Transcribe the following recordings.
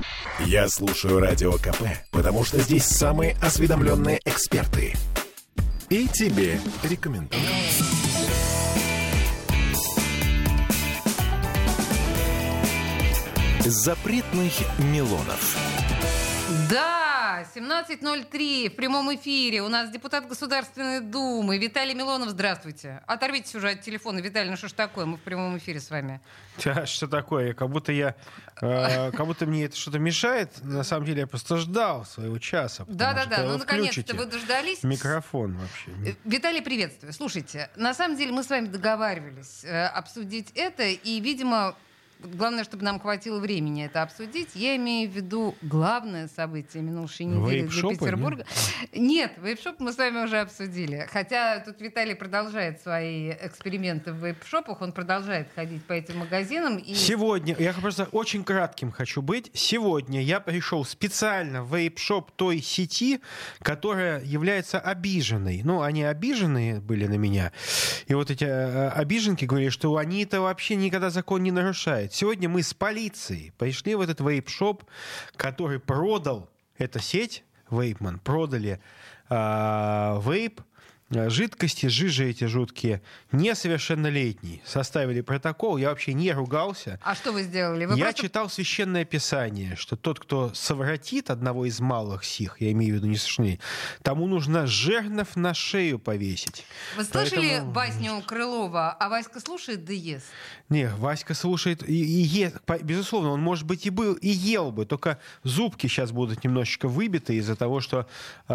Я слушаю Радио КП, потому что здесь самые осведомленные эксперты. И тебе рекомендую. Запретных Милонов. Да, 17:03 в прямом эфире. У нас депутат Государственной Думы Виталий Милонов. Здравствуйте. Оторвитесь уже от телефона. Виталий, ну что ж такое? Мы в прямом эфире с вами. Что такое? Как будто мне это что-то мешает. На самом деле я просто ждал своего часа. Да. Ну, наконец-то вы дождались. Микрофон вообще. Виталий, приветствую. Слушайте, на самом деле мы с вами договаривались обсудить это. И, видимо, главное, чтобы нам хватило времени это обсудить. Я имею в виду главное событие минувшей недели для Петербурга. Нет, вейп-шоп мы с вами уже обсудили. Хотя тут Виталий продолжает свои эксперименты в вейп-шопах. Он продолжает ходить по этим магазинам. И... Сегодня, я просто очень кратким хочу быть. Сегодня я пришел специально в вейп-шоп той сети, которая является обиженной. Ну, они обиженные были на меня. И вот эти обиженки говорили, что они-то вообще никогда закон не нарушают. Сегодня мы с полицией пришли в этот вейп-шоп, который продал, эта сеть, Вейпман, продали вейп, жидкости, жижи эти жуткие, несовершеннолетний. Составили протокол, я вообще не ругался. А что вы сделали? Я читал Священное Писание, что тот, кто совратит одного из малых сих, я имею в виду несовершеннолетний, тому нужно жернов на шею повесить. Вы слышали басню Крылова «А Васька слушает да ест»? Не, Васька слушает и ест. Безусловно, он, может быть, и был, и ел бы, только зубки сейчас будут немножечко выбиты из-за того, что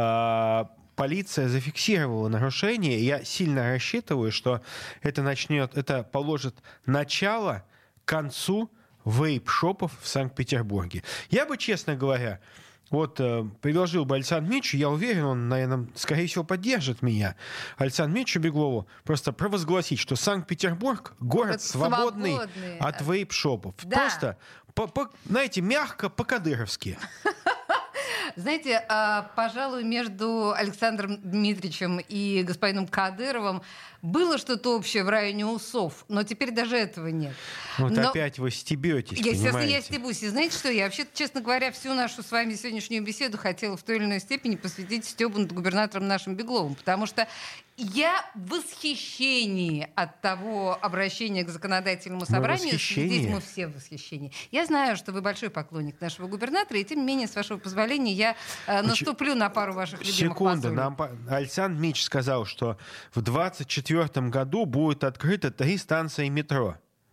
полиция зафиксировала нарушение. Я сильно рассчитываю, что это положит начало концу вейп-шопов в Санкт-Петербурге. Я бы, честно говоря, предложил бы Александру Дмитриевичу, я уверен, он, наверное, скорее всего, поддержит меня, Александру Дмитриевичу Беглову, просто провозгласить, что Санкт-Петербург — город свободный от вейп-шопов. Да. Просто, знаете, мягко, по-кадыровски. Знаете, пожалуй, между Александром Дмитриевичем и господином Кадыровым было что-то общее в районе усов, но теперь даже этого нет. Опять вы стебетесь, естественно, я стебусь. И знаете что, я вообще, честно говоря, всю нашу с вами сегодняшнюю беседу хотела в той или иной степени посвятить стебу над губернатором нашим Бегловым, потому что я в восхищении от того обращения к законодательному собранию. Здесь мы все в восхищении. Я знаю, что вы большой поклонник нашего губернатора, и тем не менее, с вашего позволения, я наступлю на пару ваших любимых посулей. Александр Дмитриевич сказал, что в 2024 году будет открыто 3 станции метро.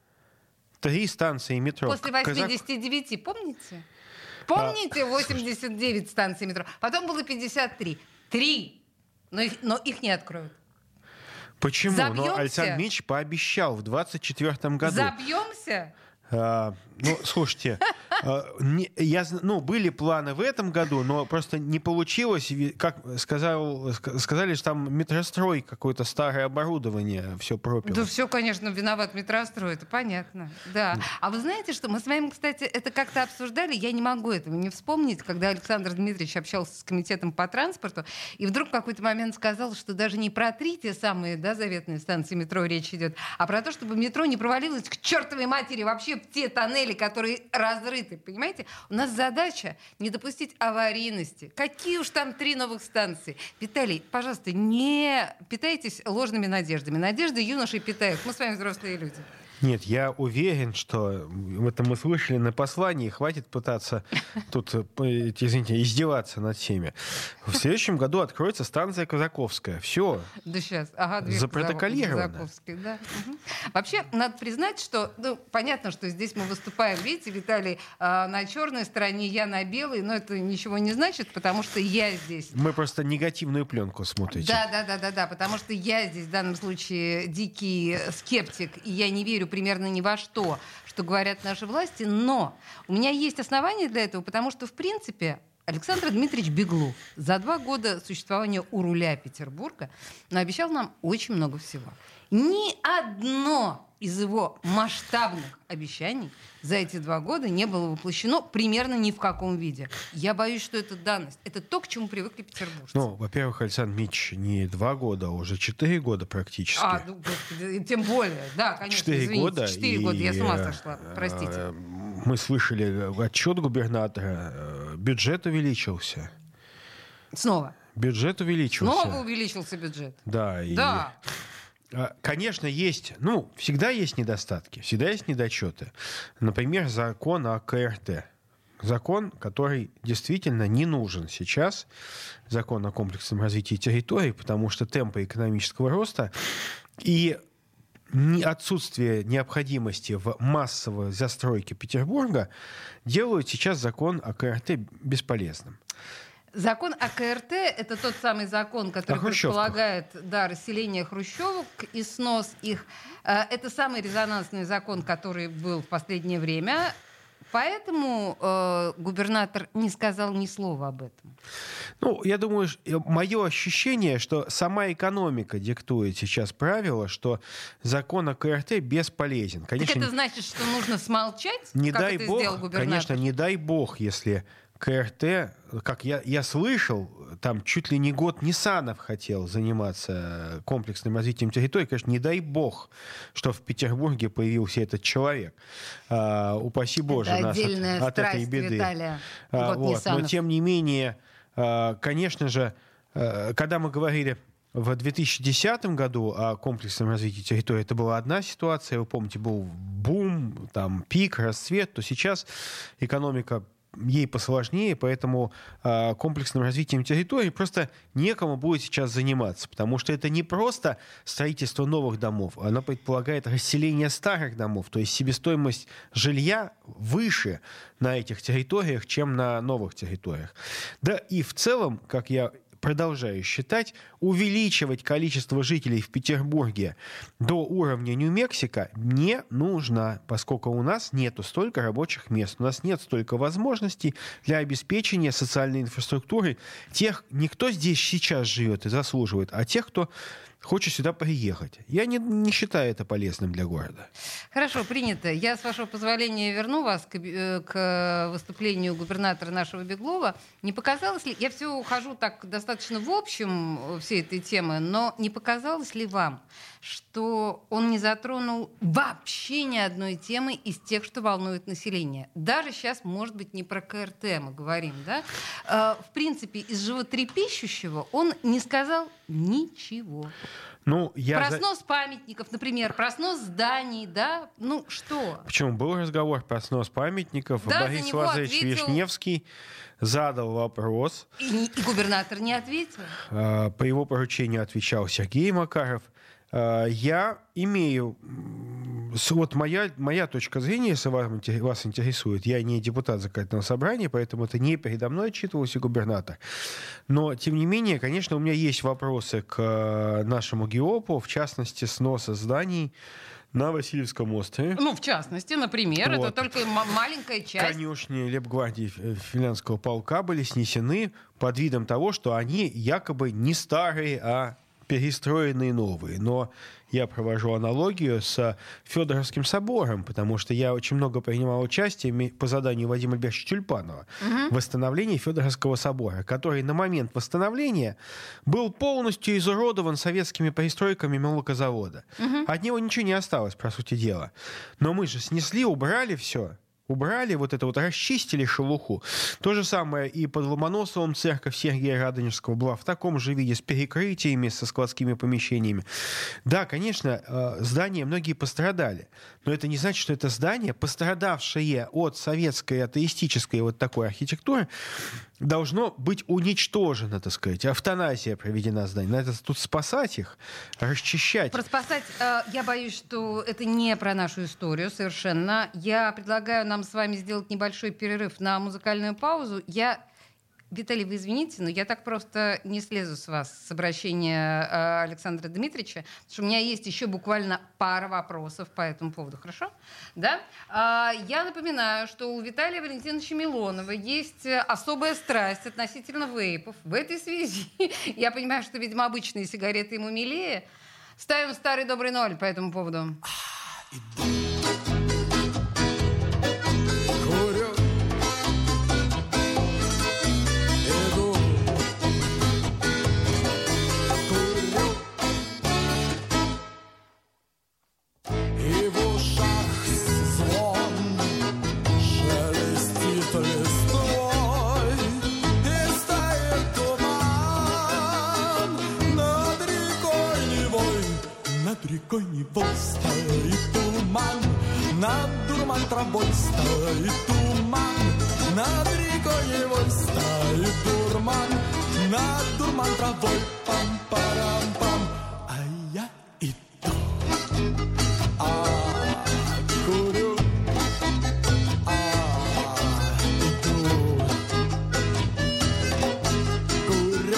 3 станции метро. После 89, помните? Помните 89 станций метро? Потом было 53. 3. Но их не откроют. Почему? Забьемся? Но Александр Дмитриевич пообещал в 2024 году. Забьемся? Слушайте, были планы в этом году, но просто не получилось. Как сказали, что там метрострой, какое-то старое оборудование все пропило. Да все, конечно, виноват метрострой, это понятно. Да. А вы знаете, что мы с вами, кстати, это как-то обсуждали, я не могу этого не вспомнить, когда Александр Дмитриевич общался с комитетом по транспорту, и вдруг в какой-то момент сказал, что даже не про 3 те самые заветные станции метро речь идет, а про то, чтобы метро не провалилось к чертовой матери вообще в те тоннели, которые разрыты, понимаете? У нас задача не допустить аварийности. Какие уж там 3 новых станции. Виталий, пожалуйста, не питайтесь ложными надеждами. Надежды юношей питают. Мы с вами взрослые люди. Нет, я уверен, что это мы слышали на послании, хватит пытаться тут, извините, издеваться над всеми. В следующем году откроется станция Казаковская. Все. Да сейчас. Запротоколировано. Да. Угу. Вообще, надо признать, что, понятно, что здесь мы выступаем, видите, Виталий на черной стороне, я на белой, но это ничего не значит, потому что я здесь. Мы просто негативную пленку смотрите. Да, потому что я здесь в данном случае дикий скептик, и я не верю примерно ни во что говорят наши власти, но у меня есть основания для этого, потому что, в принципе, Александр Дмитриевич Беглов за 2 года существования у руля Петербурга наобещал нам очень много всего. Ни одно из его масштабных обещаний за эти 2 года не было воплощено примерно ни в каком виде. Я боюсь, что это данность. Это то, к чему привыкли петербуржцы. Ну, во-первых, Александр Дмитриевич, не 2 года, а уже 4 года практически. Ну, господи, тем более. Да, конечно, 4 извините. года. 4 года, я с ума сошла. Простите. Мы слышали отчет губернатора. Бюджет увеличился. Снова. Бюджет увеличился. Снова увеличился бюджет. Да. Да. Конечно, всегда есть недостатки, всегда есть недочеты. Например, закон о КРТ. Закон, который действительно не нужен сейчас, закон о комплексном развитии территорий, потому что темпы экономического роста и отсутствие необходимости в массовой застройке Петербурга делают сейчас закон о КРТ бесполезным. Закон о КРТ — это тот самый закон, который предполагает расселение хрущевок и снос их. Это самый резонансный закон, который был в последнее время. Поэтому губернатор не сказал ни слова об этом. Я думаю, мое ощущение, что сама экономика диктует сейчас правила, что закон о КРТ бесполезен. Конечно, так это значит, что нужно смолчать, не как дай это бог, сделал губернатор? Конечно, не дай бог, если КРТ, как я слышал, там чуть ли не год Ниссанов хотел заниматься комплексным развитием территории. Конечно, не дай бог, что в Петербурге появился этот человек. Упаси Боже это нас от этой беды. Виталия, Но тем не менее, конечно же, когда мы говорили в 2010 году о комплексном развитии территории, это была одна ситуация. Вы помните, был бум, там, пик, расцвет. То сейчас экономика ей посложнее, поэтому комплексным развитием территории просто некому будет сейчас заниматься, потому что это не просто строительство новых домов, оно предполагает расселение старых домов, то есть себестоимость жилья выше на этих территориях, чем на новых территориях. Да и в целом, как я продолжаю считать, увеличивать количество жителей в Петербурге до уровня Нью-Мексико не нужно, поскольку у нас нету столько рабочих мест, у нас нет столько возможностей для обеспечения социальной инфраструктуры тех, не кто здесь сейчас живет и заслуживает, а тех, кто хочет сюда приехать. Я не считаю это полезным для города. Хорошо, принято. Я, с вашего позволения, верну вас к выступлению губернатора нашего Беглова. Не показалось ли... Я все ухожу так достаточно в общем всей этой темы, но не показалось ли вам, что он не затронул вообще ни одной темы из тех, что волнует население? Даже сейчас, может быть, не про КРТ мы говорим, да? В принципе, из животрепещущего он не сказал ничего. Про снос памятников, например, про снос зданий, да? Что? Почему? Был разговор про снос памятников. Да, Борис Лазаревич Вишневский задал вопрос. И губернатор не ответил. По его поручению отвечал Сергей Макаров. Я имею... моя точка зрения, если вас интересует, я не депутат законодательного собрания, поэтому это не передо мной отчитывался губернатор. Но, тем не менее, конечно, у меня есть вопросы к нашему ГИОПу, в частности, сноса зданий на Васильевском острове. В частности, например, это только маленькая часть. Конюшни лейб-гвардии финляндского полка были снесены под видом того, что они якобы не старые, а перестроенные новые. Но я провожу аналогию с Федоровским собором, потому что я очень много принимал участие по заданию Вадима Альбертовича Тюльпанова в восстановлении Федоровского собора, который на момент восстановления был полностью изуродован советскими перестройками молокозавода. От него ничего не осталось, по сути дела. Но мы же снесли, убрали все. Убрали расчистили шелуху. То же самое и под Ломоносовым церковь Сергия Радонежского была в таком же виде, с перекрытиями, со складскими помещениями. Да, конечно, здания многие пострадали, но это не значит, что это здание, пострадавшее от советской атеистической такой архитектуры, должно быть уничтожено, так сказать. Эвтаназия проведена зданием. Надо тут спасать их, расчищать. Про спасать, я боюсь, что это не про нашу историю совершенно. Я предлагаю нам с вами сделать небольшой перерыв на музыкальную паузу. Виталий, вы извините, но я так просто не слезу с вас с обращения Александра Дмитриевича, потому что у меня есть еще буквально пара вопросов по этому поводу. Хорошо? Да? Я напоминаю, что у Виталия Валентиновича Милонова есть особая страсть относительно вейпов. В этой связи я понимаю, что, видимо, обычные сигареты ему милее. Ставим старый добрый 0 по этому поводу. Курю, иду, курю, и в ушах звон шелестит листвой, и стоит туман над рекой Невой. Над рекой Невой стоит туман, над дурман травой стоит туман, над рекой Невой стоит дурман, над дурман травой пам-парам-пам. А я иду, курю, иду, курю.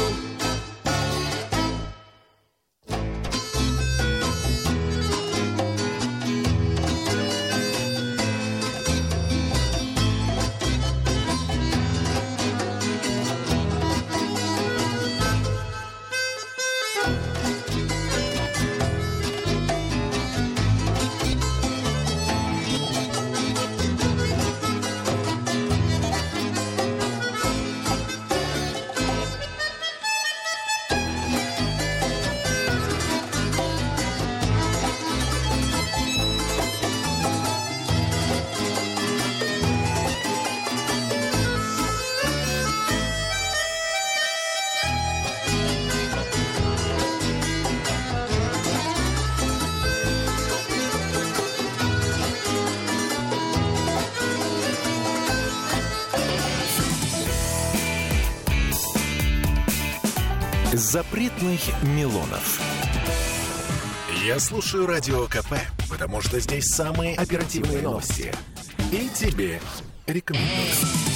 Запретных Милонов. Я слушаю Радио КП, потому что здесь самые оперативные новости. И тебе рекомендую.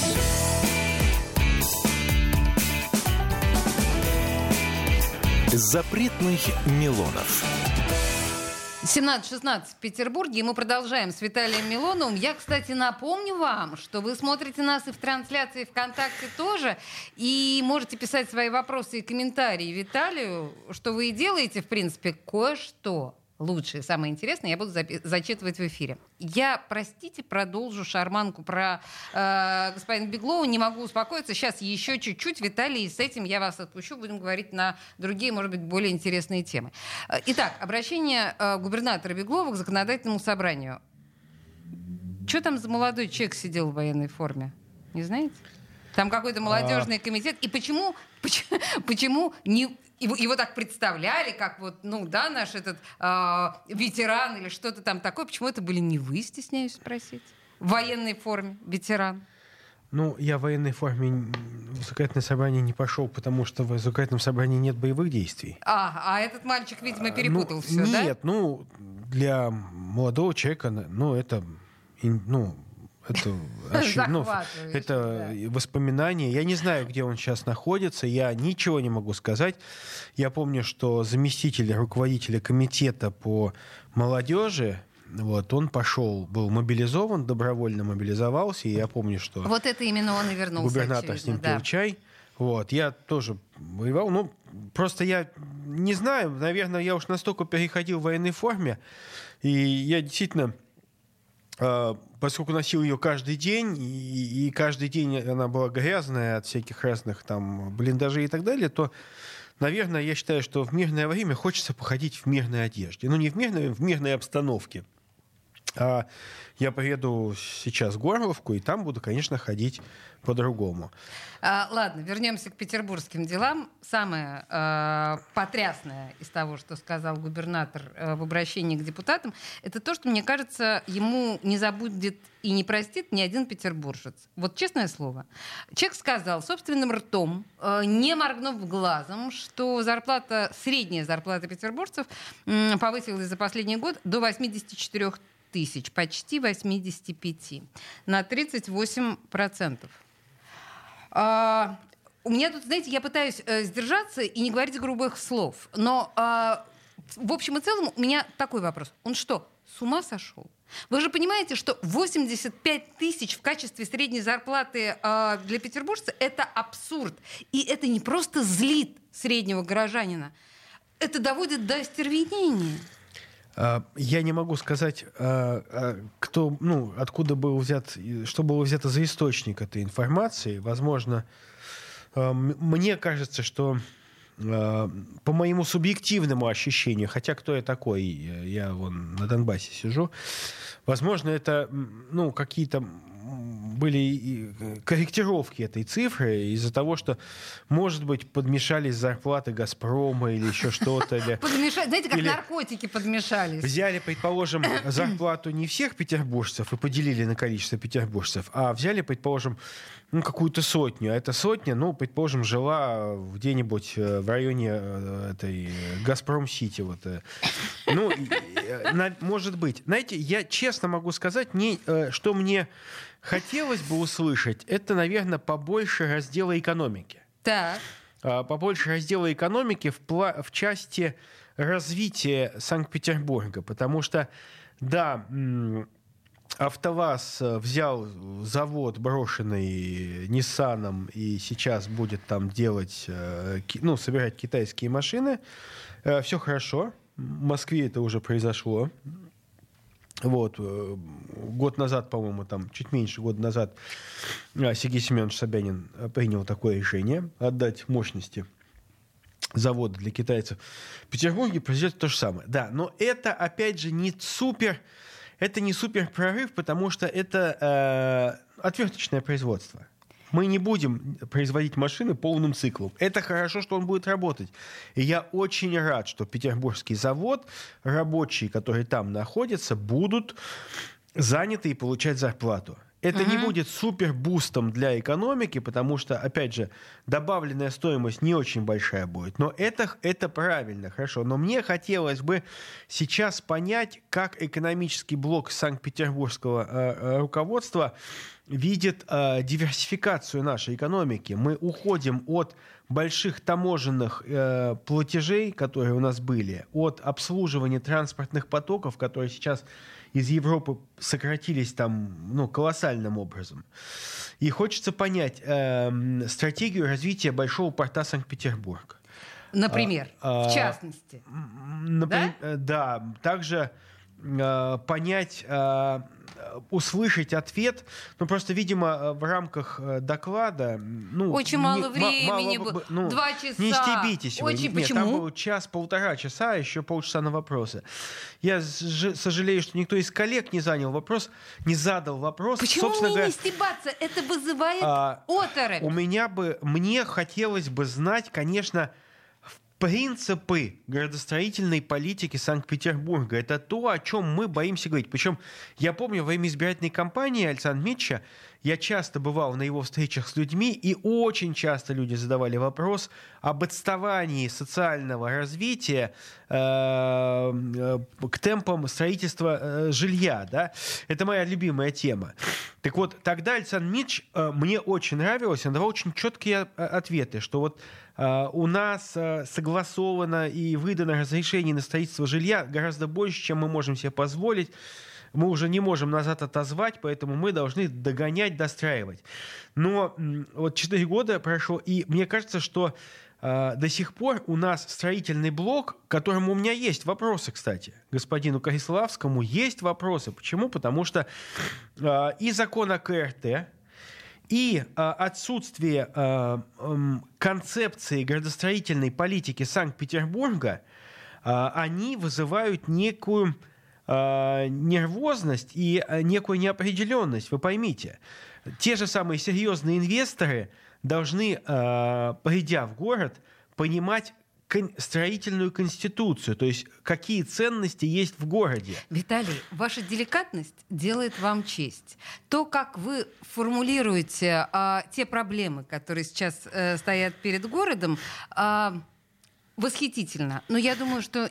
Запретных Милонов. 17:16 в Петербурге, и мы продолжаем с Виталием Милоновым. Я, кстати, напомню вам, что вы смотрите нас и в трансляции ВКонтакте тоже, и можете писать свои вопросы и комментарии Виталию, что вы и делаете, в принципе, кое-что лучшее, самое интересное, я буду зачитывать в эфире. Я, простите, продолжу шарманку про господина Беглова. Не могу успокоиться. Сейчас еще чуть-чуть, Виталий, и с этим я вас отпущу. Будем говорить на другие, может быть, более интересные темы. Итак, обращение губернатора Беглова к законодательному собранию. Что там за молодой человек сидел в военной форме? Не знаете? Там какой-то молодежный комитет. И почему не... Его так представляли, как вот, ну да, наш этот ветеран или что-то там такое. Почему это были не вы, стесняюсь спросить? В военной форме ветеран. Ну, я в военной форме в законодательное собрание не пошел, потому что в законодательном собрании нет боевых действий. А этот мальчик, видимо, перепутал все, да? Нет, ну, для молодого человека, ну, это... Это воспоминания. Я не знаю, где он сейчас находится. Я ничего не могу сказать. Я помню, что заместитель руководителя комитета по молодежи, вот, он пошел, был мобилизован, добровольно мобилизовался. И я помню, что... Вот это именно он и вернулся, губернатор с ним пил чай. Вот, я тоже воевал. Ну, просто я не знаю. Наверное, я уж настолько переходил в военной форме. И я действительно... Поскольку носил ее каждый день, и каждый день она была грязная от всяких разных там блиндажей и так далее, то, наверное, я считаю, что в мирное время хочется походить в мирной одежде. Ну, не в мирной обстановке. А я поеду сейчас в Горловку, и там буду, конечно, ходить по-другому. Ладно, вернемся к петербургским делам. Самое потрясное из того, что сказал губернатор в обращении к депутатам, это то, что, мне кажется, ему не забудет и не простит ни один петербуржец. Вот честное слово. Человек сказал собственным ртом, не моргнув глазом, что средняя зарплата петербуржцев повысилась за последний год до 84 тысяч, почти 85, на 38%. У меня тут, знаете, я пытаюсь сдержаться и не говорить грубых слов, но в общем и целом у меня такой вопрос. Он что, с ума сошел? Вы же понимаете, что 85 тысяч в качестве средней зарплаты для петербуржца — это абсурд. И это не просто злит среднего горожанина, это доводит до остервенения. Я не могу сказать, кто, откуда был взят, что было взято за источник этой информации. Возможно, мне кажется, что по моему субъективному ощущению, хотя кто я такой, я вон на Донбассе сижу, возможно, это какие-то были корректировки этой цифры из-за того, что, может быть, подмешались зарплаты «Газпрома» или еще что-то. Знаете, как наркотики подмешались. Взяли, предположим, зарплату не всех петербуржцев и поделили на количество петербуржцев, а взяли, предположим, какую-то сотню. А эта сотня, предположим, жила где-нибудь в районе этой «Газпром-Сити». Может быть. Знаете, я честно могу сказать, что мне хотелось бы услышать, это, наверное, побольше раздела экономики. Так. Побольше раздела экономики в части развития Санкт-Петербурга. Потому что, да, АвтоВАЗ взял завод, брошенный Ниссаном, и сейчас будет там делать, собирать китайские машины. Все хорошо. В Москве это уже произошло. Год назад, по-моему, чуть меньше года назад Сергей Семенович Собянин принял такое решение отдать мощности завода для китайцев. В Петербурге произойдет то же самое. Да, но это, опять же, не супер прорыв, потому что это отверточное производство. Мы не будем производить машины полным циклом. Это хорошо, что он будет работать. И я очень рад, что петербургский завод, рабочие, которые там находятся, будут заняты и получать зарплату. Это не будет супербустом для экономики, потому что, опять же, добавленная стоимость не очень большая будет. Но это правильно, хорошо. Но мне хотелось бы сейчас понять, как экономический блок Санкт-Петербургского руководства видит диверсификацию нашей экономики. Мы уходим от больших таможенных платежей, которые у нас были, от обслуживания транспортных потоков, которые сейчас из Европы сократились колоссальным образом. И хочется понять стратегию развития большого порта Санкт-Петербург. Например, в частности. Да, также понять, услышать ответ, просто, видимо, в рамках доклада... очень мало времени было. 2 часа. Не стебитесь вы. Почему? Там был час-полтора часа, еще полчаса на вопросы. Я сожалею, что никто из коллег не задал вопрос. Почему мне не стебаться? Это вызывает оторопь. Мне хотелось бы знать, конечно, принципы градостроительной политики Санкт-Петербурга. Это то, о чем мы боимся говорить. Причем я помню, во время избирательной кампании Александра Дмитриевича я часто бывал на его встречах с людьми, и очень часто люди задавали вопрос об отставании социального развития к темпам строительства жилья. Да? Это моя любимая тема. Так вот, тогда Александр Дмитриевич мне очень нравилось, он давал очень четкие ответы, что у нас согласовано и выдано разрешение на строительство жилья гораздо больше, чем мы можем себе позволить. Мы уже не можем назад отозвать, поэтому мы должны догонять, достраивать. Но 4 года прошло, и мне кажется, что до сих пор у нас строительный блок, к которому у меня есть вопросы, кстати. Господину Кориславскому есть вопросы. Почему? Потому что и закон о КРТ, и отсутствие концепции градостроительной политики Санкт-Петербурга, они вызывают некую нервозность и некую неопределенность. Вы поймите, те же самые серьезные инвесторы должны, придя в город, понимать строительную конституцию, то есть какие ценности есть в городе. Виталий, ваша деликатность делает вам честь. То, как вы формулируете те проблемы, которые сейчас стоят перед городом, восхитительно. Но я думаю, что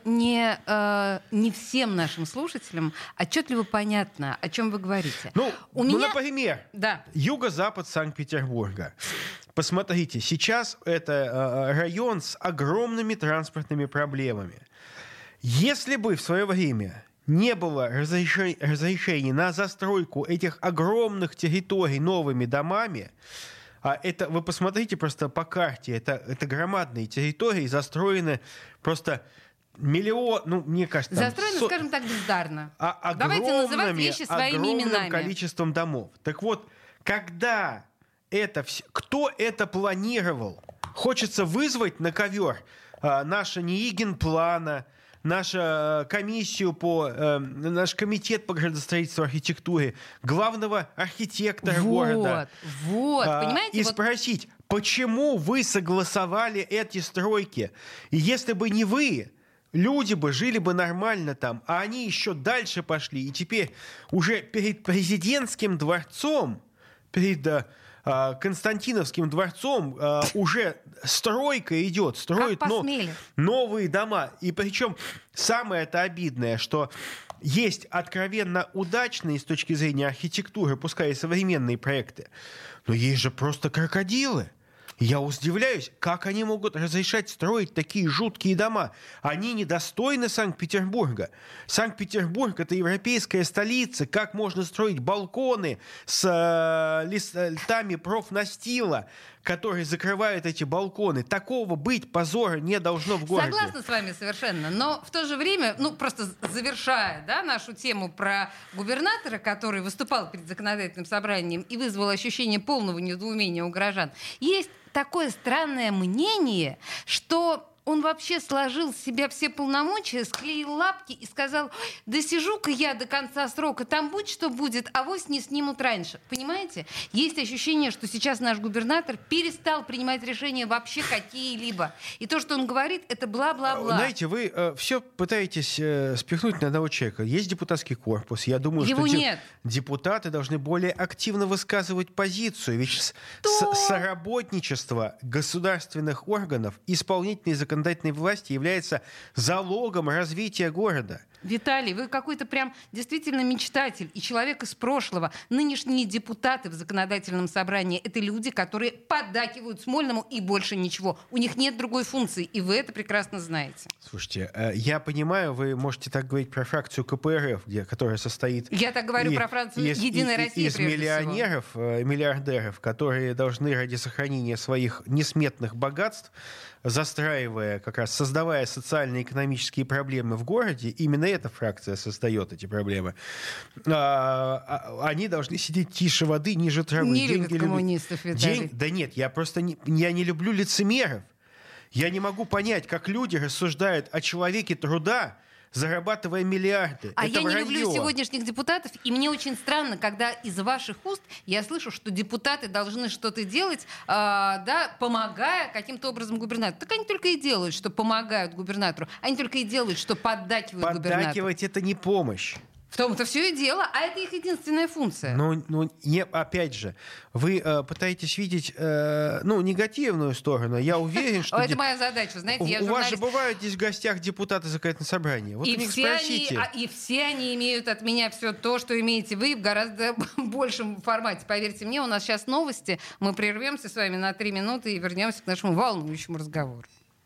не всем нашим слушателям отчетливо понятно, о чем вы говорите. Например, да. Юго-запад Санкт-Петербурга. Посмотрите, сейчас это район с огромными транспортными проблемами. Если бы в свое время не было разрешений на застройку этих огромных территорий новыми домами, это, вы посмотрите просто по карте, это громадные территории, застроены просто миллион, ну, мне кажется... там Застроено, скажем так, бездарно. Давайте огромными, называть вещи своими огромным именами. количеством домов. Так вот, когда это все... Кто это планировал? Хочется вызвать на ковер наша НИИ-генплана, нашу комиссию наш комитет по градостроительству и архитектуре, главного архитектора города. Вот, понимаете? И вот спросить, почему вы согласовали эти стройки? И если бы не вы, люди бы жили бы нормально там, а они еще дальше пошли. И теперь уже перед президентским дворцом, перед Константиновским дворцом уже стройка идет, строят новые дома. И причем самое это обидное, что есть откровенно удачные с точки зрения архитектуры, пускай и современные проекты, но есть же просто крокодилы. Я удивляюсь, как они могут разрешать строить такие жуткие дома. Они недостойны Санкт-Петербурга. Санкт-Петербург — это европейская столица. Как можно строить балконы с листами профнастила, которые закрывают эти балконы? Такого быть позора не должно в городе. Согласна с вами совершенно. Но в то же время, просто завершая нашу тему про губернатора, который выступал перед законодательным собранием и вызвал ощущение полного недоумения у горожан, есть такое странное мнение, что он вообще сложил с себя все полномочия, склеил лапки и сказал: да сижу-ка я до конца срока, там будь что будет, авось не снимут раньше. Понимаете? Есть ощущение, что сейчас наш губернатор перестал принимать решения вообще какие-либо. И то, что он говорит, это бла-бла-бла. Знаете, вы все пытаетесь спихнуть на одного человека. Есть депутатский корпус. Я думаю, его что нет. Депутаты должны более активно высказывать позицию. Ведь соработничество государственных органов, исполнительной законодательной власти является залогом развития города. Виталий, вы какой-то прям действительно мечтатель и человек из прошлого. Нынешние депутаты в законодательном собрании — это люди, которые поддакивают Смольному и больше ничего. У них нет другой функции, и вы это прекрасно знаете. Слушайте, я понимаю, вы можете так говорить про фракцию КПРФ, которая состоит... Я так говорю про фракцию «Единой России», из миллионеров, миллиардеров, которые должны ради сохранения своих несметных богатств, застраивая, как раз создавая социально-экономические проблемы в городе, именно эта фракция создает эти проблемы. Они должны сидеть тише воды, ниже травы. Не любят коммунистов, Виталий. Да нет, я просто не люблю лицемеров. Я не могу понять, как люди рассуждают о человеке труда, зарабатывая миллиарды. А это я не вранье. люблю сегодняшних депутатов, и мне очень странно, когда из ваших уст я слышу, что депутаты должны что-то делать, помогая каким-то образом губернатору. Так они только и делают, что помогают губернатору. Они только и делают, что поддакивают губернатору. Поддакивать — это не помощь. В том-то все и дело, а это их единственная функция. Опять же, вы пытаетесь видеть негативную сторону. Я уверен, что... Это моя задача, знаете, я журналист. У вас же бывают здесь в гостях депутаты законодательного собрания. Вот у них спросите. И все они имеют от меня все то, что имеете вы, в гораздо большем формате. Поверьте мне, у нас сейчас новости. Мы прервемся с вами на 3 минуты и вернемся к нашему волнующему разговору.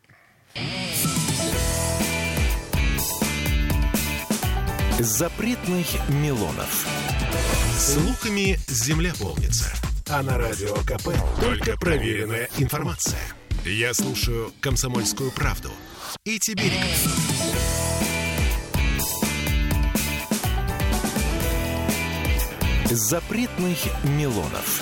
Запретных Милонов. С луками земля полнится. А на Радио КП только проверенная информация. Я слушаю «Комсомольскую правду». И тебе рекомендую. Запретных Милонов.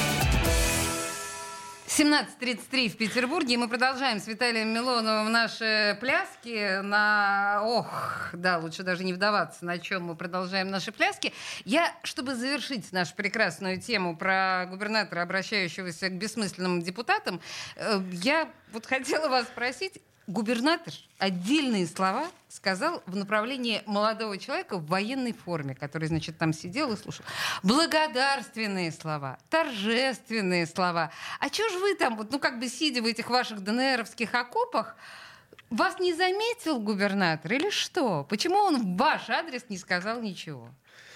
17:33 в Петербурге, и мы продолжаем с Виталием Милоновым наши пляски лучше даже не вдаваться, на чем мы продолжаем наши пляски. Чтобы завершить нашу прекрасную тему про губернатора, обращающегося к бессмысленным депутатам, я хотела вас спросить. Губернатор отдельные слова сказал в направлении молодого человека в военной форме, который, там сидел и слушал. Благодарственные слова, торжественные слова. А чё ж вы там, сидя в этих ваших ДНРовских окопах, вас не заметил губернатор или что? Почему он в ваш адрес не сказал ничего?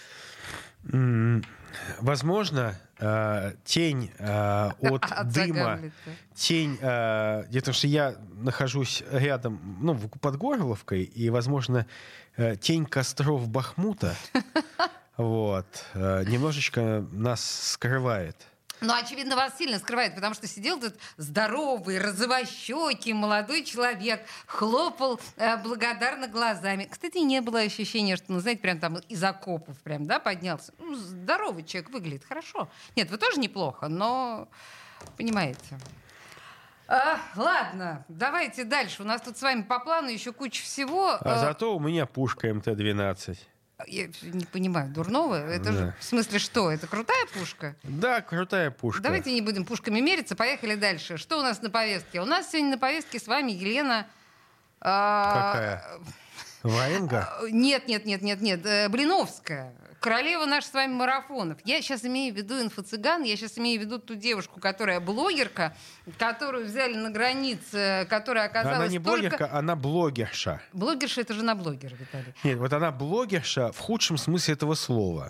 Возможно, тень от дыма, дело в том, что я нахожусь рядом, под Горловкой, и, возможно, тень костров Бахмута немножечко нас скрывает. Но, очевидно, вас сильно скрывает, потому что сидел тут здоровый, розовощекий молодой человек, хлопал благодарно глазами. Кстати, не было ощущения, что, ну, знаете, прям там из окопов прям, да, поднялся. Ну, здоровый человек выглядит хорошо. Нет, вы тоже неплохо, но понимаете. Ладно, давайте дальше. У нас тут с вами по плану еще куча всего. А зато у меня пушка МТ-12. Я не понимаю, дурного? Это же, в смысле, что? Это крутая пушка? Да, крутая пушка. Давайте не будем пушками мериться. Поехали дальше. Что у нас на повестке? У нас сегодня на повестке с вами Елена... Какая? Ваенга? Нет. Блиновская. Королева наших с вами марафонов. Я сейчас имею в виду инфо-цыган, я сейчас имею в виду ту девушку, которая блогерка, которую взяли на границе, которая оказалась Она не блогерка, она блогерша. Блогерша — это жена блогера, Виталий. Нет, вот она блогерша в худшем смысле этого слова.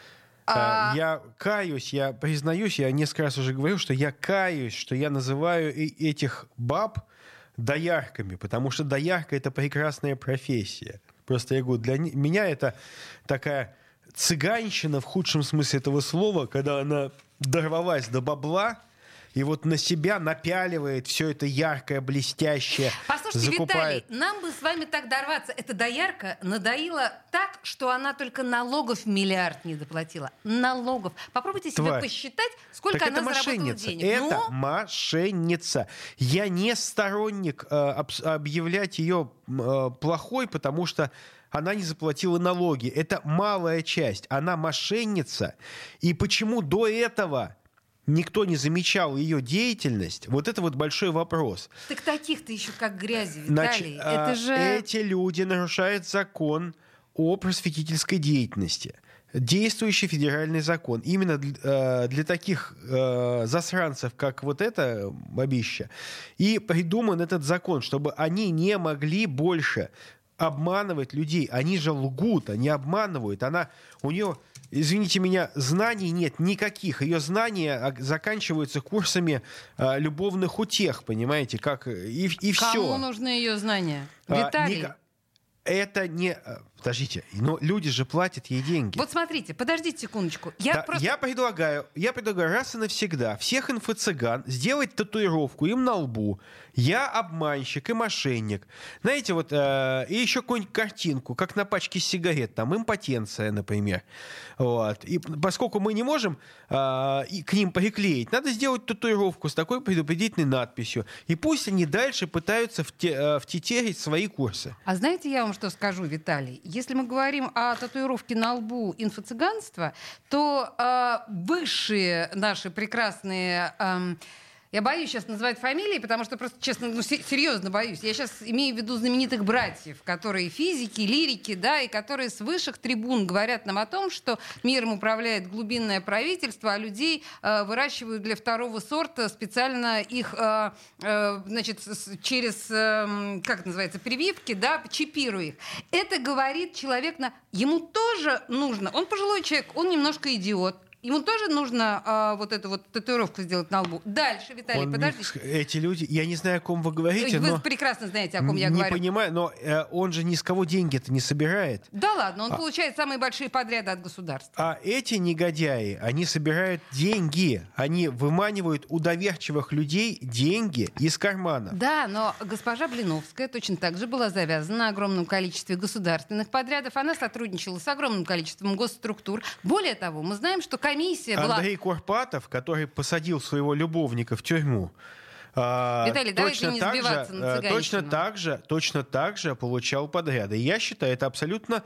Я каюсь, я признаюсь, я несколько раз уже говорил, что я каюсь, что я называю этих баб доярками, потому что доярка — это прекрасная профессия. Просто я говорю, для меня это такая цыганщина в худшем смысле этого слова, когда она дорвалась до бабла и вот на себя напяливает все это яркое, блестящее. Послушайте, закупает. Виталий, нам бы с вами так дорваться. Эта доярка надоила так, что она только налогов 1 миллиард не доплатила. Налогов. Попробуйте себе посчитать, сколько так она это заработала мошенница. денег. Это мошенница. Я не сторонник объявлять ее плохой, потому что она не заплатила налоги. Это малая часть. Она мошенница. И почему до этого никто не замечал ее деятельность? Вот это вот большой вопрос. Так таких-то еще как грязи, Виталий. Значит, это же... эти люди нарушают закон о просветительской деятельности. Действующий федеральный закон. Именно для таких засранцев, как вот это бабища, и придуман этот закон, чтобы они не могли больше обманывать людей. Они же лгут, они обманывают. У нее, извините меня, знаний нет никаких. Ее знания заканчиваются курсами любовных утех, понимаете, как и все. Кому нужны ее знания? Виталий. Это не... Подождите, но люди же платят ей деньги. Вот смотрите, подождите секундочку. Я предлагаю раз и навсегда всех инфо-цыган сделать татуировку им на лбу. Я обманщик и мошенник. Знаете, вот и еще какую-нибудь картинку, как на пачке сигарет, там импотенция, например. Вот. И поскольку мы не можем к ним приклеить, надо сделать татуировку с такой предупредительной надписью. И пусть они дальше пытаются втетерить свои курсы. А знаете, я вам что скажу, Виталий? Если мы говорим о татуировке на лбу инфо-цыганства, то высшие наши прекрасные... Я боюсь сейчас называть фамилии, потому что просто, честно, серьезно боюсь. Я сейчас имею в виду знаменитых братьев, которые физики, лирики, да, и которые с высших трибун говорят нам о том, что миром управляет глубинное правительство, а людей выращивают для второго сорта, специально их, значит, через, как это называется, прививки, да, чипируя их. Это говорит человек, ему тоже нужно, он пожилой человек, он немножко идиот. Ему тоже нужно вот эту вот татуировку сделать на лбу. Дальше, Виталий, подождите. Эти люди, я не знаю, о ком вы говорите, Вы но... прекрасно знаете, о ком я говорю. Не понимаю, но он же ни с кого деньги-то не собирает. Да ладно, он получает самые большие подряды от государства. А эти негодяи, они собирают деньги. Они выманивают у доверчивых людей деньги из кармана. Да, но госпожа Блиновская точно так же была завязана на огромном количестве государственных подрядов. Она сотрудничала с огромным количеством госструктур. Более того, мы знаем, что комиссия была... Андрей Курпатов, который посадил своего любовника в тюрьму, Виталий, давайте не сбиваться на цыганщину. Точно так же получал подряды. И я считаю, это абсолютно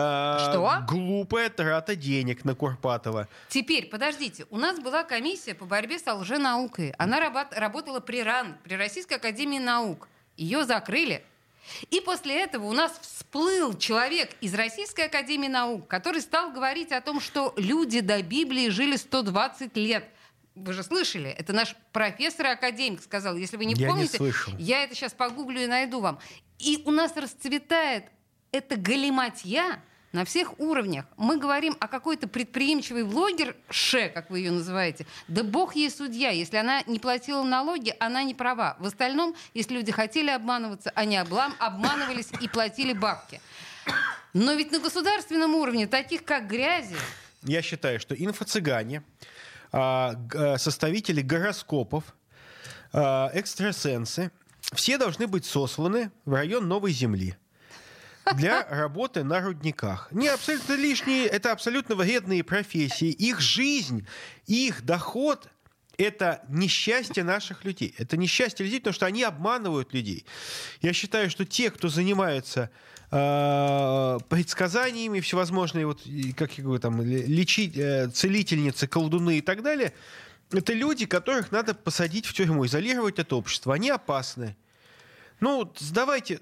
глупая трата денег на Курпатова. Теперь, подождите, у нас была комиссия по борьбе с лженаукой. Она работала при РАН, при Российской академии наук. Ее закрыли. И после этого у нас всплыл человек из Российской академии наук, который стал говорить о том, что люди до Библии жили 120 лет. Вы же слышали? Это наш профессор-академик сказал. Если вы не помните, я это сейчас погуглю и найду вам. И у нас расцветает эта галиматья на всех уровнях. Мы говорим о какой-то предприимчивой блогерше, как вы ее называете. Да бог ей судья. Если она не платила налоги, она не права. В остальном, если люди хотели обманываться, они обманывались и платили бабки. Но ведь на государственном уровне таких, как грязи... Я считаю, что инфо-цыгане составители гороскопов, экстрасенсы, все должны быть сосланы в район Новой Земли для работы на рудниках. Не абсолютно лишние, это абсолютно вредные профессии. Их жизнь, их доход — это несчастье наших людей. Это несчастье людей, потому что они обманывают людей. Я считаю, что те, кто занимаются предсказаниями, всевозможные, вот, как я говорю, там, целительницы, колдуны и так далее, это люди, которых надо посадить в тюрьму, изолировать от общества. Они опасны. Ну, давайте,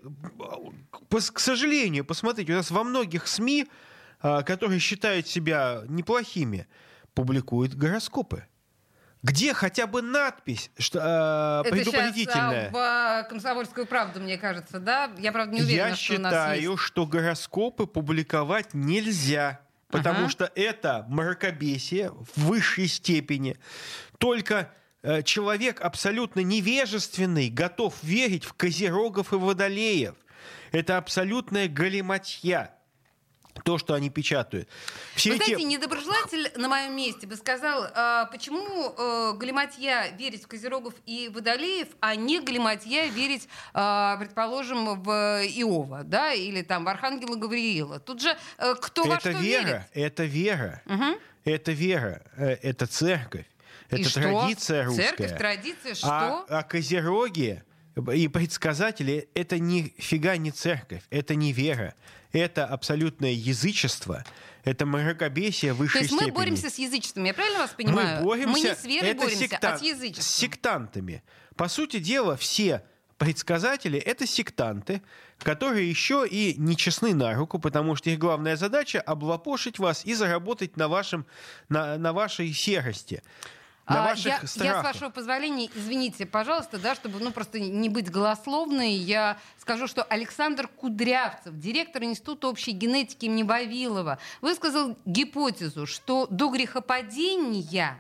к сожалению, посмотрите, у нас во многих СМИ, которые считают себя неплохими, публикуют гороскопы. Где хотя бы надпись, что предупредительная? Это сейчас в «Комсомольскую правду», мне кажется, да? Я, правда, не уверена, что у нас есть. Я считаю, что гороскопы публиковать нельзя, потому что это мракобесие в высшей степени. Только человек абсолютно невежественный готов верить в козерогов и водолеев. Это абсолютная галиматья. То, что они печатают. Вы знаете, недоброжелатель на моем месте бы сказал, почему галиматья верить в козерогов и водолеев, а не галиматья верить, предположим, в Иова, да, или там в Архангела Гавриила. Тут же кто во что верит. Это вера. Это вера. Это церковь. Это традиция русская. Церковь, традиция, что? А козероги и предсказатели — это нифига не церковь, это не вера. Это абсолютное язычество, это мракобесие высшей степени. То есть мы боремся с язычеством, я правильно вас понимаю? Мы не с верой боремся, а с язычеством. С сектантами. По сути дела, все предсказатели — это сектанты, которые еще и нечестны на руку, потому что их главная задача — облапошить вас и заработать на вашей серости. Я, с вашего позволения, извините, пожалуйста, да, чтобы просто не быть голословной, я скажу, что Александр Кудрявцев, директор Института общей генетики имени Вавилова, высказал гипотезу, что до грехопадения,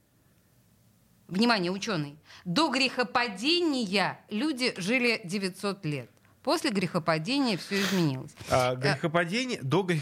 внимание, ученый, до грехопадения люди жили 900 лет. После грехопадения все изменилось. До грехопадения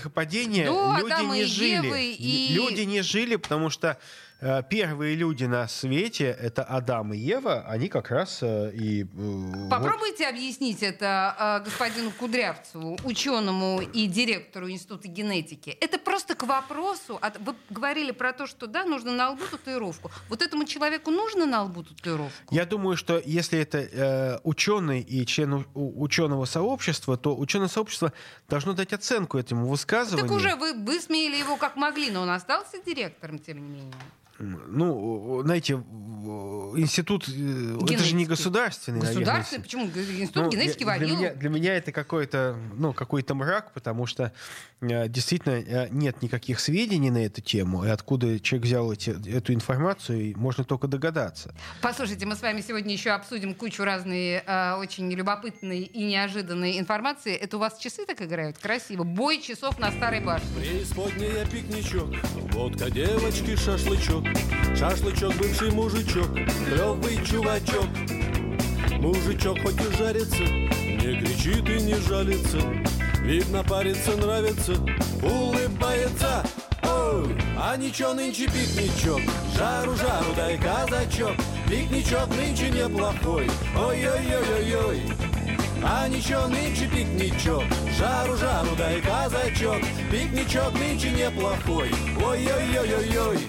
люди не жили. Люди не жили, потому что первые люди на свете, это Адам и Ева, они как раз и... Попробуйте объяснить это господину Кудрявцеву, ученому и директору Института генетики. Это просто к вопросу. Вы говорили про то, что да, нужно на лбу татуировку. Вот этому человеку нужно на лбу татуировку? Я думаю, что если это ученый и член ученого сообщества, то ученое сообщество должно дать оценку этому высказыванию. Так уже вы высмеяли его как могли, но он остался директором, тем не менее. Ну, знаете, институт, это же не государственный, государственный? Почему? Институт генетики Вавилова. Для меня это какой-то мрак, потому что действительно нет никаких сведений на эту тему, и откуда человек взял эту информацию, можно только догадаться. Послушайте, мы с вами сегодня еще обсудим кучу разной очень любопытной и неожиданной информации. Это у вас часы так играют? Красиво. Бой часов на Старой башне. Преисподняя пикничок, водка девочки, шашлычок. Шашлычок, бывший мужичок, клёвый чувачок. Мужичок хоть и жарится, не кричит и не жалится. Видно, парится, нравится, улыбается. Ой, а ничего нынче пикничок, жару-жару дай казачок. Пикничок нынче неплохой, ой-ой-ой-ой-ой. А ничего нынче пикничок, жару-жару дай казачок. Пикничок нынче неплохой, ой-ой-ой-ой-ой.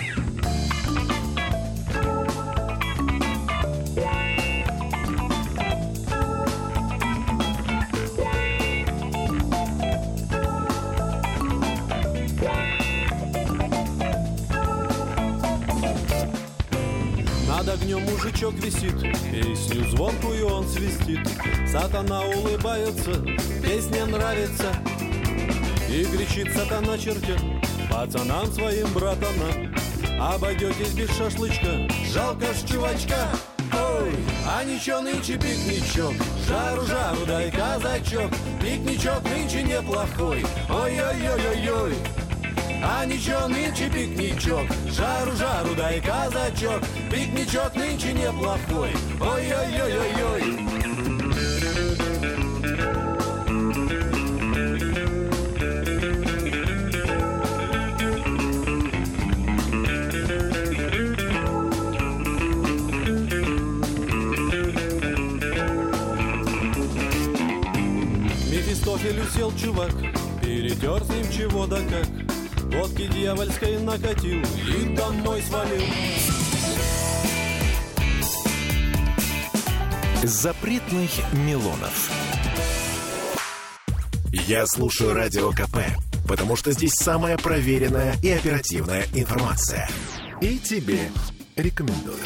Над огнем мужичок висит, песню звонкую он свистит. Сатана улыбается, песня нравится. И кричит сатана чертя пацанам своим братанам: обойдетесь без шашлычка, жалко ж чувачка. Ой, а ничего нынче пикничок, жару-жару дай казачок. Пикничок нынче неплохой, ой-ой-ой-ой-ой. А ничего нынче пикничок, жару-жару дай казачок. Пикничок нынче неплохой, ой-ой-ой-ой-ой. постель усел чувак, перетер с ним чего да как, водки дьявольской накатил и домой свалил. Запретных Милонов. Я слушаю Радио КП, потому что здесь самая проверенная и оперативная информация. И тебе рекомендую.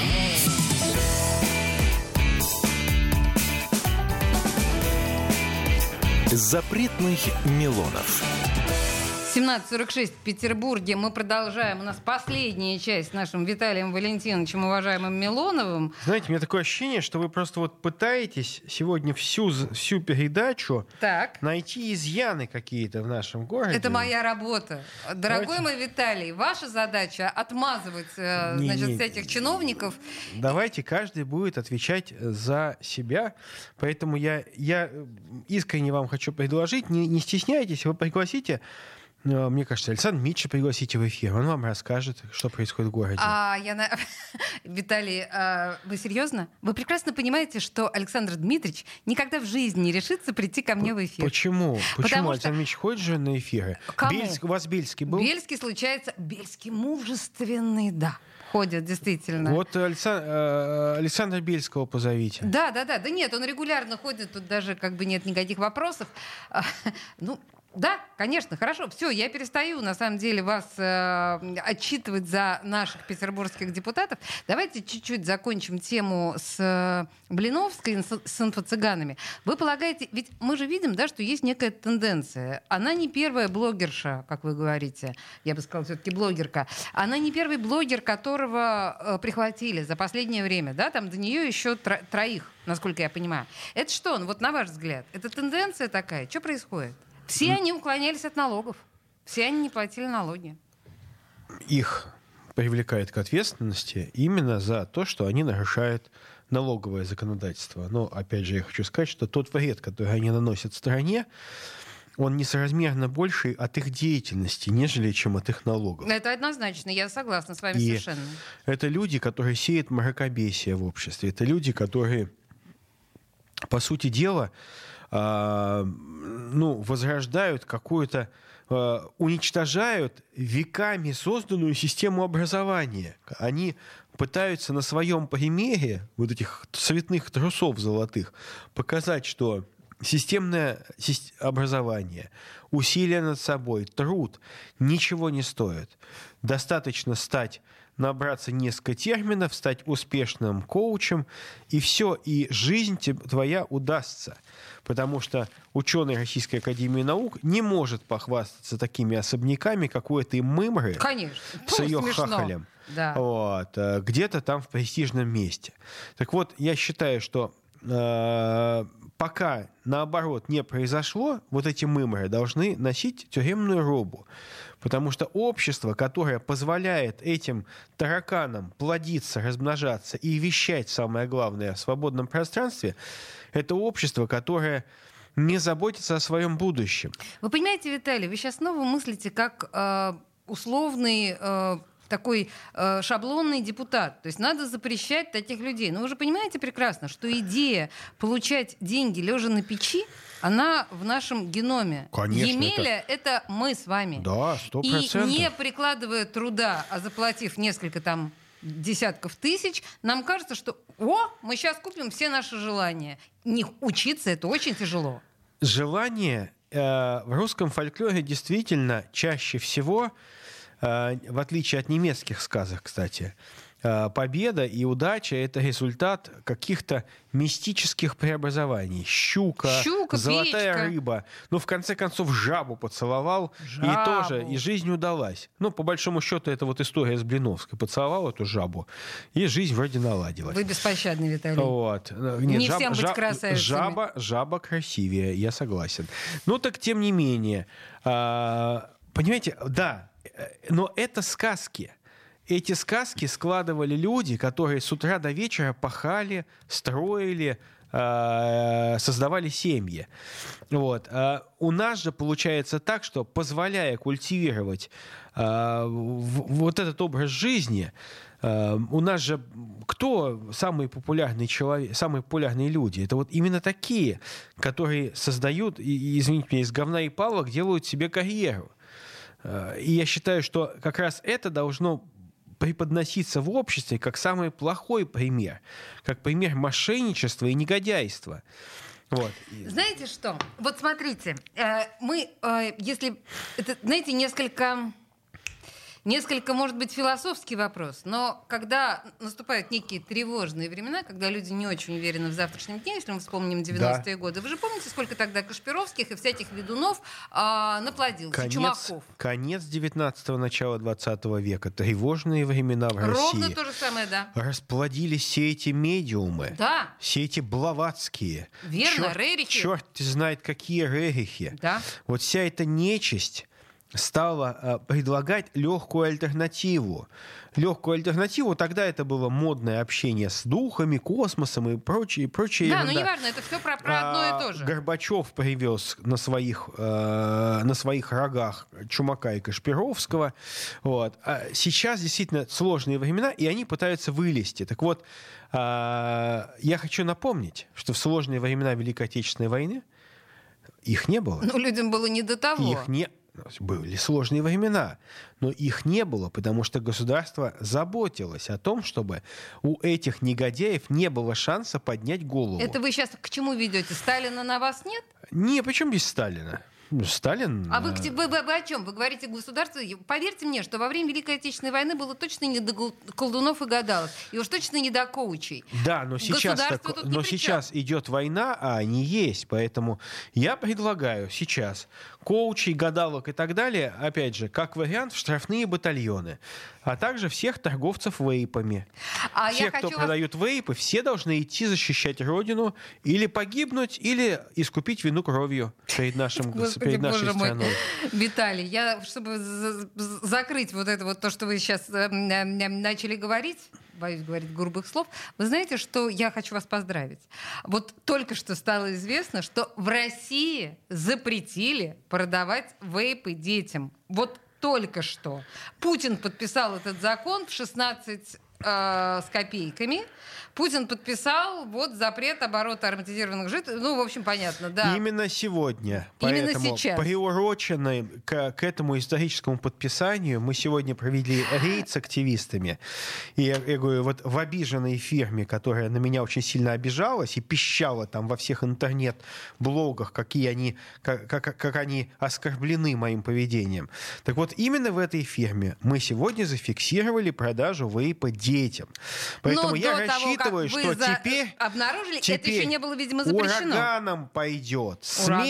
Запретных Милонов. 17:46 в Петербурге. Мы продолжаем. У нас последняя часть с нашим Виталием Валентиновичем, уважаемым Милоновым. Знаете, у меня такое ощущение, что вы просто вот пытаетесь сегодня всю передачу найти изъяны какие-то в нашем городе. Это моя работа. Дорогой мой Виталий, ваша задача отмазывать всяких чиновников. Давайте каждый будет отвечать за себя. Поэтому я искренне вам хочу предложить, не стесняйтесь, вы пригласите. Мне кажется, Александр Митча пригласите в эфир. Он вам расскажет, что происходит в городе. Виталий, вы серьезно? Вы прекрасно понимаете, что Александр Дмитриевич никогда в жизни не решится прийти ко мне в эфир. Почему? Александр Митч ходит же на эфиры? У вас Бельский был? Бельский случается. Бельский мужественный, да. Ходят, действительно. Вот Александра Бельского позовите. Да. Да нет, он регулярно ходит, тут даже нет никаких вопросов. Да, конечно, хорошо. Все, я перестаю, на самом деле, вас отчитывать за наших петербургских депутатов. Давайте чуть-чуть закончим тему с Блиновской, с инфо-цыганами. Вы полагаете, ведь мы же видим, да, что есть некая тенденция. Она не первая блогерша, как вы говорите. Я бы сказала, все-таки блогерка. Она не первый блогер, которого прихватили за последнее время. Да? Там до нее еще троих, насколько я понимаю. Это что, вот на ваш взгляд? Это тенденция такая? Что происходит? Все они уклонялись от налогов. Все они не платили налоги. Их привлекает к ответственности именно за то, что они нарушают налоговое законодательство. Но, опять же, я хочу сказать, что тот вред, который они наносят стране, он несоразмерно больше от их деятельности, нежели чем от их налогов. Это однозначно, я согласна с вами совершенно. Это люди, которые сеют мракобесие в обществе. Это люди, которые, по сути дела, возрождают какую-то, уничтожают веками созданную систему образования. Они пытаются на своем примере вот этих цветных трусов золотых показать, что системное образование, усилия над собой, труд ничего не стоят. Достаточно набраться несколько терминов, стать успешным коучем, и все, и жизнь твоя удастся. Потому что ученый Российской академии наук не может похвастаться такими особняками, как у этой мымры с ее хахалем. Да. Где-то там в престижном месте. Так вот, я считаю, что пока, наоборот, не произошло, вот эти мымры должны носить тюремную робу. Потому что общество, которое позволяет этим тараканам плодиться, размножаться и вещать, самое главное, в свободном пространстве, это общество, которое не заботится о своем будущем. Вы понимаете, Виталий, вы сейчас снова мыслите как условный такой шаблонный депутат. То есть надо запрещать таких людей. Но вы же понимаете прекрасно, что идея получать деньги лежа на печи, она в нашем геноме. Конечно, Емеля — это мы с вами. Да, 100%. И не прикладывая труда, а заплатив несколько десятков тысяч, нам кажется, что мы сейчас купим все наши желания. Учиться — это очень тяжело. Желание в русском фольклоре действительно чаще всего, в отличие от немецких сказок, кстати, победа и удача — это результат каких-то мистических преобразований. Щука, золотая печка. Рыба. В конце концов, жабу поцеловал, и жизнь удалась. По большому счету, это вот история с Блиновской. Поцеловал эту жабу, и жизнь вроде наладилась. Вы беспощадный, Виталий. Нет, не всем быть красавицами. Жаба красивее, я согласен. Так, тем не менее, понимаете, да, но это сказки. Эти сказки складывали люди, которые с утра до вечера пахали, строили, создавали семьи. У нас же получается так, что, позволяя культивировать вот этот образ жизни, У нас же кто самый популярный человек, самые популярные люди? Это вот именно такие, которые создают, извините меня, из говна и палок делают себе карьеру. И я считаю, что как раз это должно преподноситься в обществе как самый плохой пример, как пример мошенничества и негодяйства. Вот. Знаете что? Вот смотрите, мы, если... Это, знаете, несколько, может быть, философский вопрос, но когда наступают некие тревожные времена, когда люди не очень уверены в завтрашнем дне, если мы вспомним 90-е годы, вы же помните, сколько тогда Кашпировских и всяких ведунов наплодился, Чумаков? Конец 19-го, начало 20 века. Тревожные времена в России. Ровно то же самое, да. Расплодились все эти медиумы, да. все эти Блаватские. Верно, Рерихи. Черт знает, какие Рерихи. Да. Вот вся эта нечисть стала предлагать легкую альтернативу. Легкую альтернативу, тогда это было модное общение с духами, космосом и прочее. Да, но неважно, это все про одно и то же. Горбачев привез на своих рогах Чумака и Кашпировского. Вот. А сейчас действительно сложные времена, и они пытаются вылезти. Так вот, я хочу напомнить, что в сложные времена Великой Отечественной войны их не было. Ну, людям было не до того. Были сложные времена, но их не было, потому что государство заботилось о том, чтобы у этих негодяев не было шанса поднять голову. Это вы сейчас к чему ведете? Сталина на вас нет? Не, почему без Сталина? Сталин... А вы о чем? Вы говорите государство? Поверьте мне, что во время Великой Отечественной войны было точно не до колдунов и гадалок. И уж точно не до коучей. Да, но сейчас идет война, а они есть. Поэтому я предлагаю сейчас коучей, гадалок и так далее, опять же, как вариант, в штрафные батальоны. А также всех торговцев вейпами. Те, кто продают вейпы, все должны идти защищать Родину или погибнуть, или искупить вину кровью перед нашей страной. Виталий, чтобы закрыть вот это вот то, что вы сейчас начали говорить, боюсь говорить грубых слов, вы знаете, что я хочу вас поздравить. Вот только что стало известно, что в России запретили продавать вейпы детям. Вот только что. Путин подписал этот закон в 16 с копейками. Путин подписал запрет оборота ароматизированных жидкостей. Ну, в общем, понятно, да. Именно сегодня. Именно поэтому, сейчас. Приуроченный к этому историческому подписанию, мы сегодня провели рейд с активистами. И я говорю, вот в обиженной фирме, которая на меня очень сильно обижалась и пищала там во всех интернет-блогах, как они оскорблены моим поведением. Так вот, именно в этой фирме мы сегодня зафиксировали продажу вейпа детям. Поэтому я рассчитываю, что теперь обнаружили, это еще не было, видимо, запрещено. Ураганом пойдет,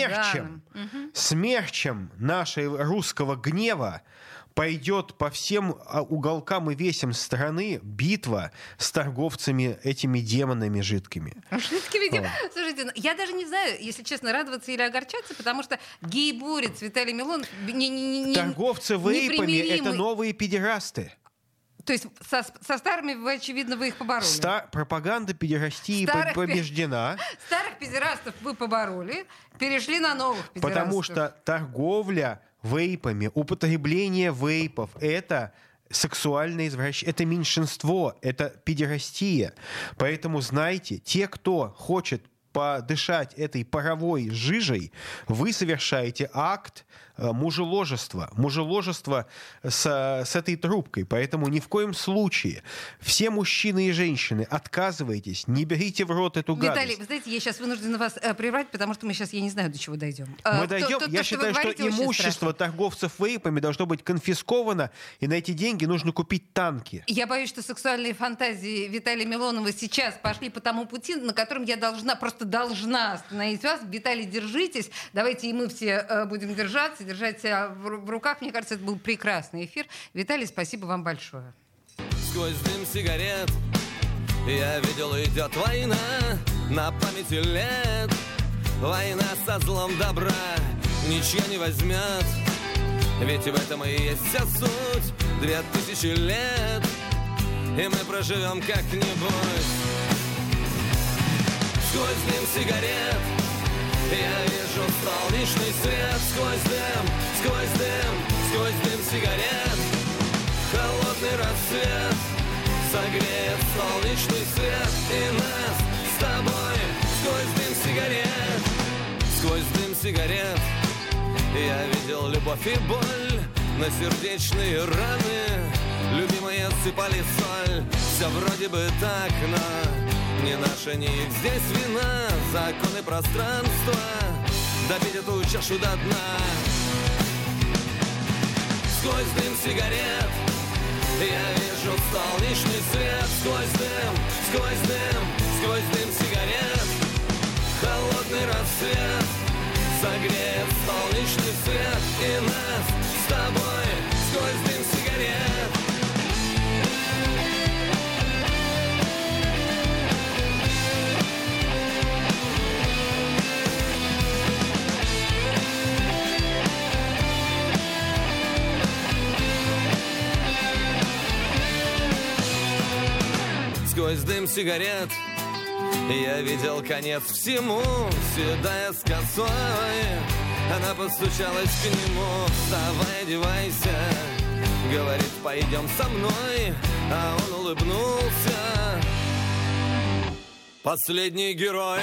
смерчем нашего русского гнева пойдет по всем уголкам и весям страны битва с торговцами этими демонами жидкими. Жидкими демонами? Слушайте, я даже не знаю, если честно, радоваться или огорчаться, потому что гей-бурец Виталий Милонов торговцы вейпами — это новые педерасты. То есть со старыми, очевидно, вы их побороли. Пропаганда педерастии побеждена. Старых педерастов вы побороли, перешли на новых педерастов. Потому что торговля вейпами, употребление вейпов — это сексуальное извращение, это меньшинство, это педерастия. Поэтому, знаете, те, кто хочет подышать этой паровой жижей, вы совершаете акт мужеложества с этой трубкой. Поэтому ни в коем случае все мужчины и женщины отказывайтесь, не берите в рот эту гадость. Виталий, вы знаете, я сейчас вынуждена вас прервать, потому что мы сейчас, я не знаю, до чего дойдем. Мы дойдем. Я считаю, что имущество торговцев вейпами должно быть конфисковано, и на эти деньги нужно купить танки. Я боюсь, что сексуальные фантазии Виталия Милонова сейчас пошли по тому пути, на котором я должна остановить вас. Виталий, держитесь. Давайте и мы все будем держать себя в руках. Мне кажется, это был прекрасный эфир. Виталий, спасибо вам большое. Сквозь дым сигарет я видел, идет война на памяти лет. Война со злом добра ничья не возьмет. Ведь в этом и есть вся суть. 2000 лет, и мы проживем как-нибудь. Сквозь дым сигарет я вижу солнечный свет. Сквозь дым сигарет холодный рассвет. согреет солнечный свет и нас с тобой сквозь дым сигарет. Сквозь дым сигарет я видел любовь и боль, на сердечные раны любимые сыпали соль. Все вроде бы так, но не наша, не их здесь вина. Законы пространства, допить эту чашу до дна. Сквозь дым сигарет я вижу солнечный свет. Сквозь дым, сквозь дым, сквозь дым сигарет холодный рассвет согреет солнечный свет и нас с тобой сквозь дым сигарет. Сквозь дым сигарет я видел конец всему, седая с косой. Она постучалась к нему: вставай, одевайся. Говорит, пойдем со мной, а он улыбнулся. Последний герой.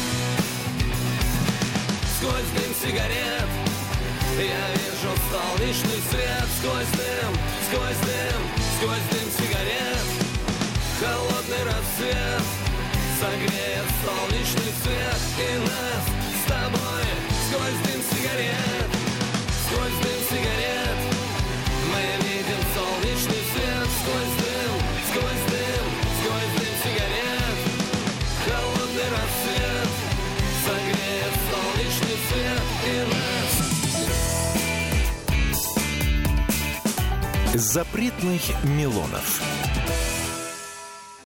Сквозь дым сигарет я вижу солнечный свет. Сквозь дым, сквозь дым, сквозь дым сигарет холодный рассвет согреет солнечный свет и нас с тобой сквозь дым сигарет. Сквозь дым сигарет мы видим солнечный свет. Сквозь дым, сквозь дым, сквозь дым сигарет холодный рассвет согреет солнечный свет и нас. Запретных Милонов.